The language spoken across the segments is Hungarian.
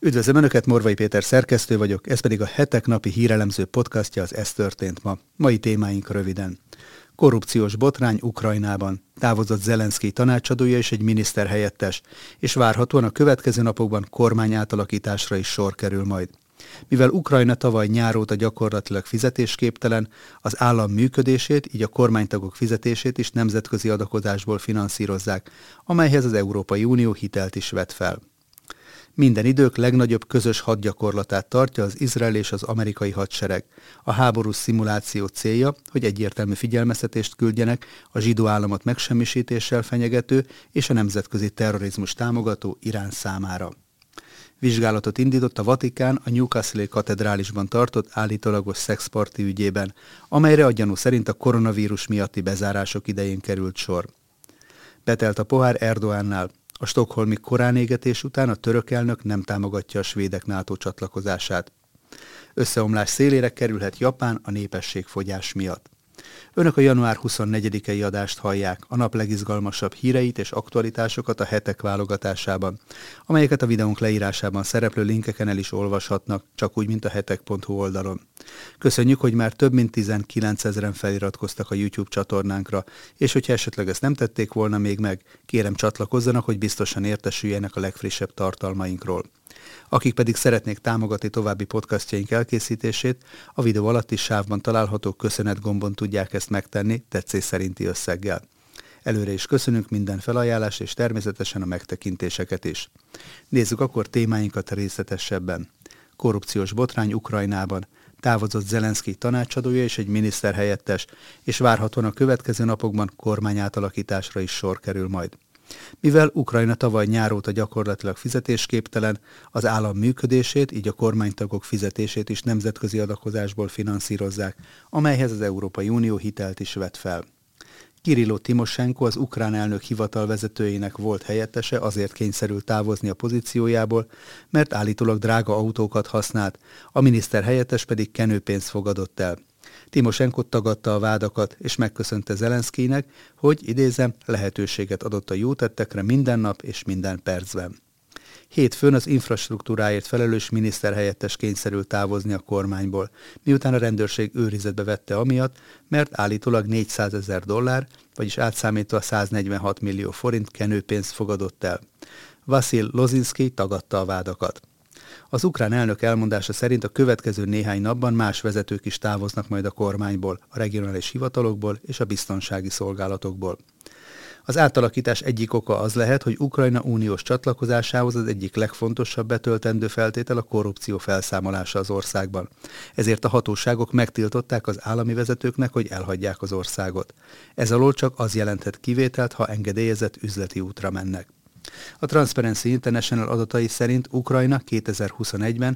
Üdvözlöm Önöket, Morvai Péter szerkesztő vagyok, ez pedig a Hetek napi hírelemző podcastja, az Ez történt ma. Mai témáink röviden. Korrupciós botrány Ukrajnában, távozott Zelenszkij tanácsadója és egy miniszterhelyettes, és várhatóan a következő napokban kormányátalakításra is sor kerül majd. Mivel Ukrajna tavaly nyár óta gyakorlatilag fizetésképtelen, az állam működését, így a kormánytagok fizetését is nemzetközi adakozásból finanszírozzák, amelyhez az Európai Unió hitelt is vet fel. Minden idők legnagyobb közös hadgyakorlatát tartja az izrael és az amerikai hadsereg. A háborús szimuláció célja, hogy egyértelmű figyelmeztetést küldjenek a zsidó államot megsemmisítéssel fenyegető és a nemzetközi terrorizmus támogató Irán számára. Vizsgálatot indított a Vatikán a Newcastle-i katedrálisban tartott állítólagos szexparti ügyében, amelyre a gyanú szerint a koronavírus miatti bezárások idején került sor. Betelt a pohár Erdoánnál. A stockholmi koránégetés után a török elnök nem támogatja a svédek NATO csatlakozását. Összeomlás szélére kerülhet Japán a népességfogyás miatt. Önök a január 24-i adást hallják, a nap legizgalmasabb híreit és aktualitásokat a Hetek válogatásában, amelyeket a videónk leírásában szereplő linkeken el is olvashatnak, csak úgy, mint a hetek.hu oldalon. Köszönjük, hogy már több mint 19 000-en feliratkoztak a YouTube csatornánkra, és hogyha esetleg ezt nem tették volna még meg, kérem csatlakozzanak, hogy biztosan értesüljenek a legfrissebb tartalmainkról. Akik pedig szeretnék támogatni további podcastjaink elkészítését, a videó alatti sávban található köszönet gombon tudják ezt megtenni tetszés szerinti összeggel. Előre is köszönünk minden felajánlást és természetesen a megtekintéseket is. Nézzük akkor témáinkat részletesebben. Korrupciós botrány Ukrajnában, távozott Zelenszkij tanácsadója és egy miniszterhelyettes, és várhatóan a következő napokban kormányátalakításra is sor kerül majd. Mivel Ukrajna tavaly nyár óta gyakorlatilag fizetésképtelen, az állam működését, így a kormánytagok fizetését is nemzetközi adakozásból finanszírozzák, amelyhez az Európai Unió hitelt is vet fel. Kirilló Timosenko, az ukrán elnök hivatalvezetőjének volt helyettese, azért kényszerült távozni a pozíciójából, mert állítólag drága autókat használt, a miniszter helyettes pedig kenőpénzt fogadott el. Timosenko tagadta a vádakat, és megköszönte Zelenszkijnek, hogy, idézem, lehetőséget adott a jó tettekre minden nap és minden percben. Hétfőn az infrastruktúráért felelős miniszterhelyettes kényszerült távozni a kormányból, miután a rendőrség őrizetbe vette amiatt, mert állítólag $400,000, vagyis átszámítva 146 millió forint kenőpénzt fogadott el. Vasil Lozinszkij tagadta a vádakat. Az ukrán elnök elmondása szerint a következő néhány napban más vezetők is távoznak majd a kormányból, a regionális hivatalokból és a biztonsági szolgálatokból. Az átalakítás egyik oka az lehet, hogy Ukrajna uniós csatlakozásához az egyik legfontosabb betöltendő feltétel a korrupció felszámolása az országban. Ezért a hatóságok megtiltották az állami vezetőknek, hogy elhagyják az országot. Ez alól csak az jelenthet kivételt, ha engedélyezett üzleti útra mennek. A Transparency International adatai szerint Ukrajna 2021-ben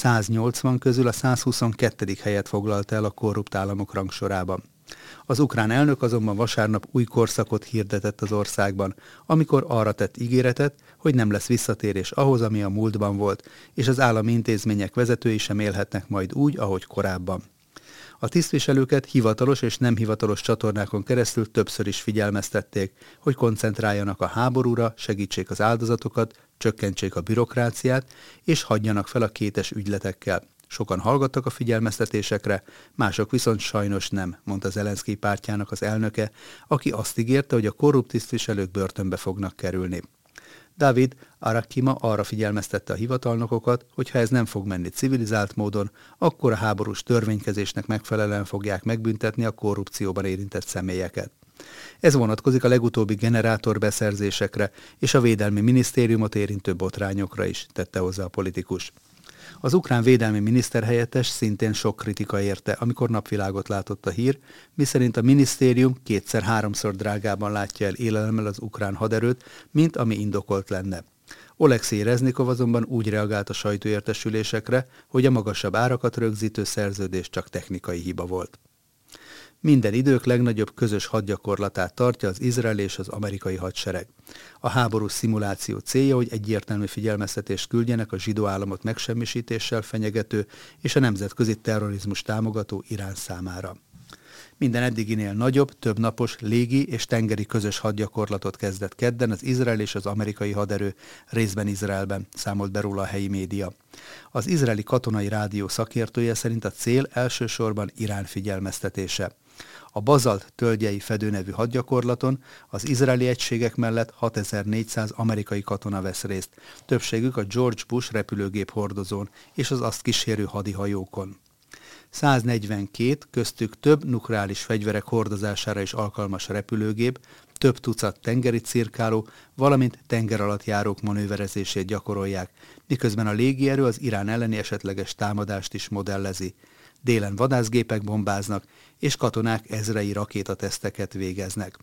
180 közül a 122. helyet foglalta el a korrupt államok rangsorában. Az ukrán elnök azonban vasárnap új korszakot hirdetett az országban, amikor arra tett ígéretet, hogy nem lesz visszatérés ahhoz, ami a múltban volt, és az állami intézmények vezetői sem élhetnek majd úgy, ahogy korábban. A tisztviselőket hivatalos és nem hivatalos csatornákon keresztül többször is figyelmeztették, hogy koncentráljanak a háborúra, segítsék az áldozatokat, csökkentsék a bürokráciát, és hagyjanak fel a kétes ügyletekkel. Sokan hallgattak a figyelmeztetésekre, mások viszont sajnos nem, mondta Zelenszkij pártjának az elnöke, aki azt ígérte, hogy a korrupt tisztviselők börtönbe fognak kerülni. David Arakima arra figyelmeztette a hivatalnokokat, hogy ha ez nem fog menni civilizált módon, akkor a háborús törvénykezésnek megfelelően fogják megbüntetni a korrupcióban érintett személyeket. Ez vonatkozik a legutóbbi generátorbeszerzésekre és a Védelmi Minisztériumot érintő botrányokra is, tette hozzá a politikus. Az ukrán védelmi miniszterhelyettes szintén sok kritika érte, amikor napvilágot látott a hír, miszerint a minisztérium 2-3-szor drágában látja el élelemmel az ukrán haderőt, mint ami indokolt lenne. Olekszij Reznikov azonban úgy reagált a sajtóértesülésekre, hogy a magasabb árakat rögzítő szerződés csak technikai hiba volt. Minden idők legnagyobb közös hadgyakorlatát tartja az izrael és az amerikai hadsereg. A háborús szimuláció célja, hogy egyértelmű figyelmeztetést küldjenek a zsidó államot megsemmisítéssel fenyegető és a nemzetközi terrorizmus támogató Irán számára. Minden eddiginél nagyobb, többnapos légi és tengeri közös hadgyakorlatot kezdett kedden az izrael és az amerikai haderő, részben Izraelben, számolt be róla a helyi média. Az izraeli katonai rádió szakértője szerint a cél elsősorban Irán figyelmeztetése. A Bazalt tölgyei fedő nevű hadgyakorlaton az izraeli egységek mellett 6400 amerikai katona vesz részt, többségük a George Bush repülőgép hordozón és az azt kísérő hadihajókon. 142, köztük több nukleáris fegyverek hordozására is alkalmas repülőgép, több tucat tengeri cirkáló, valamint tengeralattjárók manőverezését gyakorolják, miközben a légierő az Irán elleni esetleges támadást is modellezi. Délen vadászgépek bombáznak, és katonák ezrei rakétateszteket végeznek.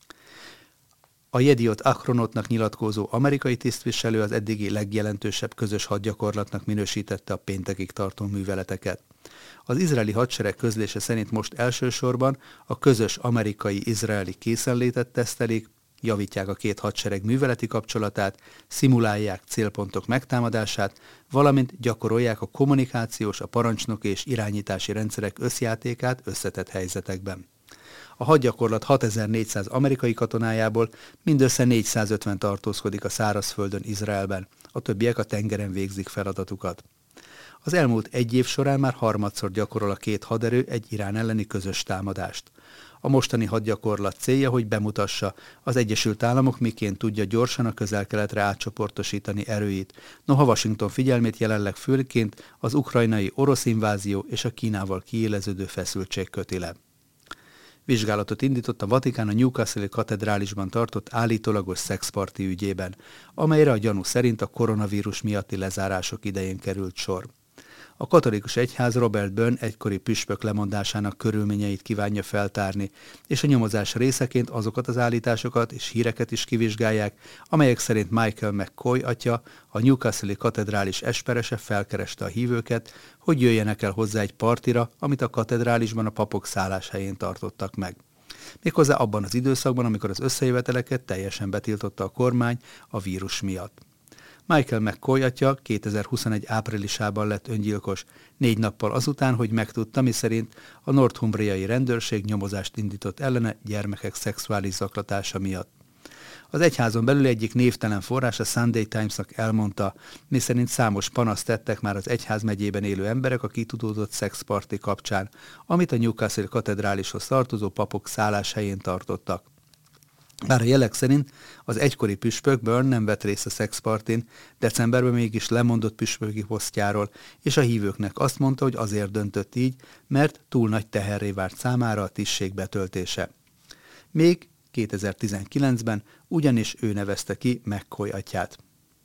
A Yediot Ahronotnak nyilatkozó amerikai tisztviselő az eddigi legjelentősebb közös hadgyakorlatnak minősítette a péntekig tartó műveleteket. Az izraeli hadsereg közlése szerint most elsősorban a közös amerikai-izraeli készenlétet tesztelik, javítják a két hadsereg műveleti kapcsolatát, szimulálják célpontok megtámadását, valamint gyakorolják a kommunikációs, a parancsnoki és irányítási rendszerek összjátékát összetett helyzetekben. A hadgyakorlat 6400 amerikai katonájából mindössze 450 tartózkodik a szárazföldön Izraelben, a többiek a tengeren végzik feladatukat. Az elmúlt egy év során már harmadszor gyakorol a két haderő egy Irán elleni közös támadást. A mostani hadgyakorlat célja, hogy bemutassa, az Egyesült Államok miként tudja gyorsan a Közel-Keletre átcsoportosítani erőit, noha Washington figyelmét jelenleg főként az ukrajnai orosz invázió és a Kínával kiéleződő feszültség köti le. Vizsgálatot indított a Vatikán a Newcastle-i katedrálisban tartott állítólagos szexparti ügyében, amelyre a gyanú szerint a koronavírus miatti lezárások idején került sor. A katolikus egyház Robert Byrne egykori püspök lemondásának körülményeit kívánja feltárni, és a nyomozás részeként azokat az állításokat és híreket is kivizsgálják, amelyek szerint Michael McCoy atya, a Newcastle-i katedrális esperese felkereste a hívőket, hogy jöjjenek el hozzá egy partira, amit a katedrálisban a papok szálláshelyén tartottak meg. Méghozzá abban az időszakban, amikor az összejöveteleket teljesen betiltotta a kormány a vírus miatt. Michael McCoy atya 2021 áprilisában lett öngyilkos, 4 nappal azután, hogy megtudta, miszerint a northumbriai rendőrség nyomozást indított ellene gyermekek szexuális zaklatása miatt. Az egyházon belül egyik névtelen forrás a Sunday Times-nak elmondta, miszerint számos panaszt tettek már az egyházmegyében élő emberek a kitudódott szexparti kapcsán, amit a Newcastle katedrálishoz tartozó papok szálláshelyén tartottak. Bár a jelek szerint az egykori püspök Byrne nem vett részt a szexpartin, decemberben mégis lemondott püspöki posztjáról, és a hívőknek azt mondta, hogy azért döntött így, mert túl nagy teherré vált számára a tisztség betöltése. Még 2019-ben ugyanis ő nevezte ki McCoy atyát.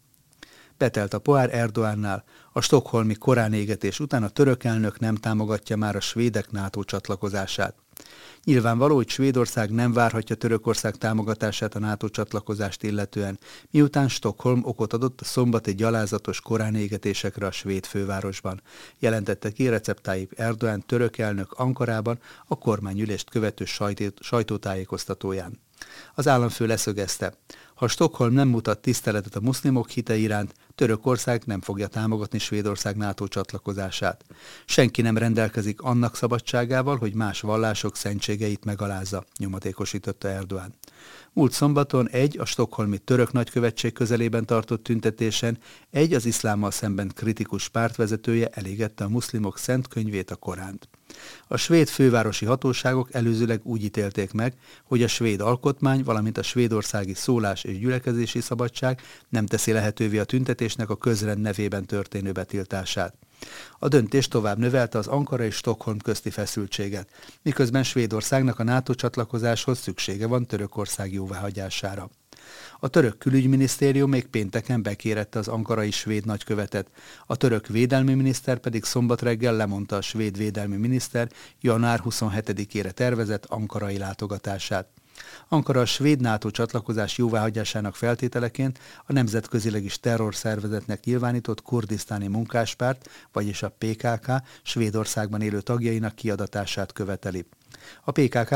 Betelt a pohár Erdoánnál. A stockholmi koránégetés után a török elnök nem támogatja már a svédek NATO csatlakozását. Nyilvánvaló, hogy Svédország nem várhatja Törökország támogatását a NATO csatlakozást illetően, miután Stockholm okot adott a szombati gyalázatos koránégetésekre a svéd fővárosban, jelentette ki Recep Tayyip Erdoğan török elnök Ankarában a kormányülést követő sajtótájékoztatóján. Az államfő leszögezte, ha Stockholm nem mutat tiszteletet a muszlimok hite iránt, Törökország nem fogja támogatni Svédország NATO csatlakozását. Senki nem rendelkezik annak szabadságával, hogy más vallások szentségeit megalázza, nyomatékosította Erdoğan. Múlt szombaton a stockholmi török nagykövetség közelében tartott tüntetésen az iszlámmal szemben kritikus pártvezetője elégette a muszlimok szent könyvét, a Koránt. A svéd fővárosi hatóságok előzőleg úgy ítélték meg, hogy a svéd alkotmány, valamint a svédországi szólás és gyülekezési szabadság nem teszi lehetővé a tüntetésnek a közrend nevében történő betiltását. A döntés tovább növelte az Ankara és Stockholm közti feszültséget, miközben Svédországnak a NATO csatlakozáshoz szüksége van Törökország jóváhagyására. A török külügyminisztérium még pénteken bekérette az ankarai svéd nagykövetet, a török védelmi miniszter pedig szombat reggel lemondta a svéd védelmi miniszter január 27-ére tervezett ankarai látogatását. Ankara a svéd NATO csatlakozás jóváhagyásának feltételeként a nemzetközileg is terrorszervezetnek nyilvánított kurdisztáni munkáspárt, vagyis a PKK Svédországban élő tagjainak kiadatását követeli. A PKK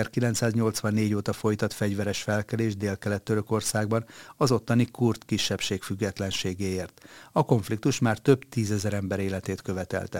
1984 óta folytat fegyveres felkelés Délkelet-Törökországban az ottani kurd kisebbség függetlenségéért. A konfliktus már több 10 000 ember életét követelte.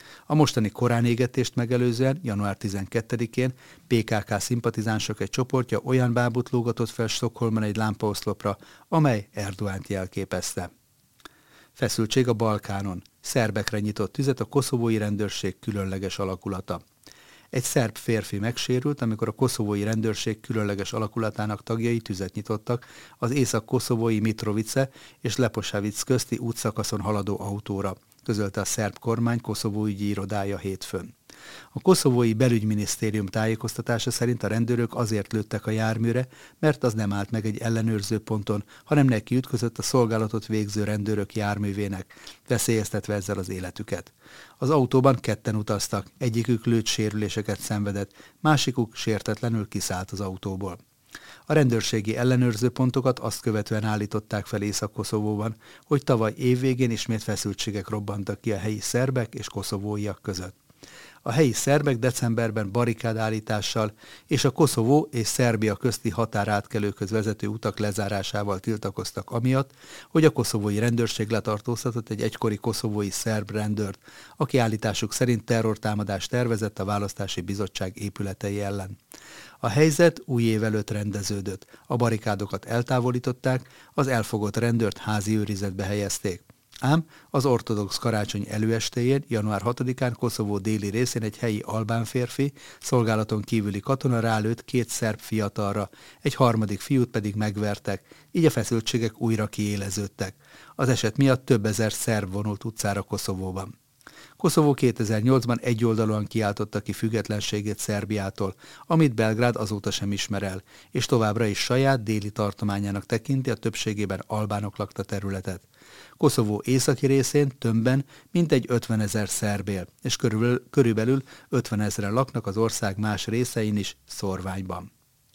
A mostani koránégetést megelőzően január 12-én PKK szimpatizánsok egy csoportja olyan bábut lógatott fel Stockholmban egy lámpaoszlopra, amely Erdoánt jelképezte. Feszültség a Balkánon. Szerbekre nyitott tüzet a koszovói rendőrség különleges alakulata. Egy szerb férfi megsérült, amikor a koszovói rendőrség különleges alakulatának tagjai tüzet nyitottak az észak-koszovói Mitrovice és Leposavic közti útszakaszon haladó autóra, közölte a szerb kormány Koszovó ügyi irodája hétfőn. A koszovói belügyminisztérium tájékoztatása szerint a rendőrök azért lőttek a járműre, mert az nem állt meg egy ellenőrző ponton, hanem neki ütközött a szolgálatot végző rendőrök járművének, veszélyeztetve ezzel az életüket. Az autóban ketten utaztak, egyikük lőtt sérüléseket szenvedett, másikuk sértetlenül kiszállt az autóból. A rendőrségi ellenőrző pontokat azt követően állították fel Észak-Koszovóban, hogy tavaly évvégén ismét feszültségek robbantak ki a helyi szerbek és koszovóiak között. A helyi szerbek decemberben barikádállítással és a Koszovó és Szerbia közti határátkelőkhöz vezető utak lezárásával tiltakoztak amiatt, hogy a koszovói rendőrség letartóztatott egy egykori koszovói szerb rendőrt, aki állításuk szerint terrortámadást tervezett a választási bizottság épületei ellen. A helyzet új év előtt rendeződött, a barikádokat eltávolították, az elfogott rendőrt házi őrizetbe helyezték. Ám az ortodox karácsony előestéjén, január 6-án Koszovó déli részén egy helyi albán férfi, szolgálaton kívüli katona rálőtt 2 szerb fiatalra, egy harmadik fiút pedig megvertek, így a feszültségek újra kiéleződtek. Az eset miatt több ezer szerb vonult utcára Koszovóban. Koszovó 2008-ban egyoldalúan kiáltotta ki függetlenségét Szerbiától, amit Belgrád azóta sem ismer el, és továbbra is saját déli tartományának tekinti a többségében albánok lakta területet. Koszovó északi részén tömbben mintegy 50 000 szerb él, és körülbelül 50 000-en laknak az ország más részein is szórványban.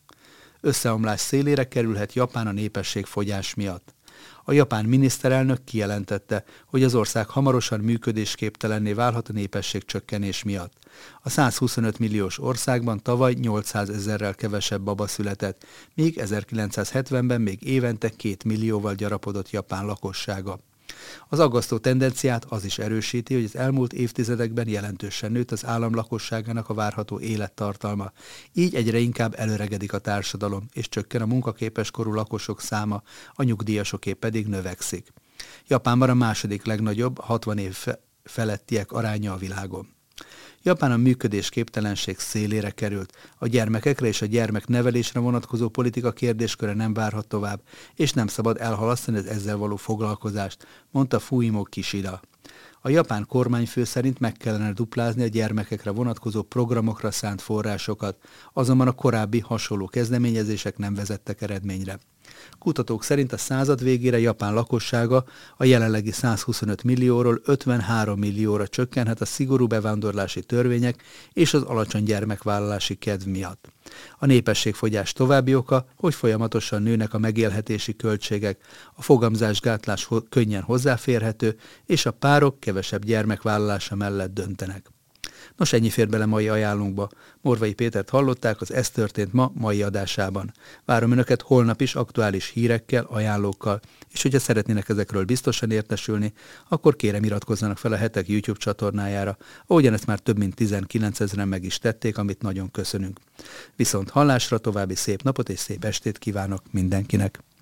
Összeomlás szélére kerülhet Japán a népességfogyás miatt. A japán miniszterelnök kijelentette, hogy az ország hamarosan működésképtelenné válhat a népességcsökkenés miatt. A 125 milliós országban tavaly 800 000-rel kevesebb baba született, míg 1970-ben még évente 2 millióval gyarapodott Japán lakossága. Az aggasztó tendenciát az is erősíti, hogy az elmúlt évtizedekben jelentősen nőtt az állam lakosságának a várható élettartalma. Így egyre inkább előregedik a társadalom, és csökken a munkaképes korú lakosok száma, a nyugdíjasoké pedig növekszik. Japánban a második legnagyobb, 60 év felettiek aránya a világon. Japán a működésképtelenség szélére került. A gyermekekre és a gyermeknevelésre vonatkozó politika kérdésköre nem várhat tovább, és nem szabad elhalasztani az ezzel való foglalkozást, mondta Fumio Kishida. A japán kormányfő szerint meg kellene duplázni a gyermekekre vonatkozó programokra szánt forrásokat, azonban a korábbi hasonló kezdeményezések nem vezettek eredményre. Kutatók szerint a század végére Japán lakossága a jelenlegi 125 millióról 53 millióra csökkenhet a szigorú bevándorlási törvények és az alacsony gyermekvállalási kedv miatt. A népességfogyás további oka, hogy folyamatosan nőnek a megélhetési költségek, a fogamzásgátlás könnyen hozzáférhető, és a párok kevesebb gyermekvállalása mellett döntenek. Nos, ennyi fér bele mai ajánlunkba. Morvai Pétert hallották az Ez történt ma mai adásában. Várom Önöket holnap is aktuális hírekkel, ajánlókkal, és hogyha szeretnének ezekről biztosan értesülni, akkor kérem iratkozzanak fel a Hetek YouTube csatornájára, ahogyan ezt már több mint 19 000-en meg is tették, amit nagyon köszönünk. Viszont hallásra, további szép napot és szép estét kívánok mindenkinek!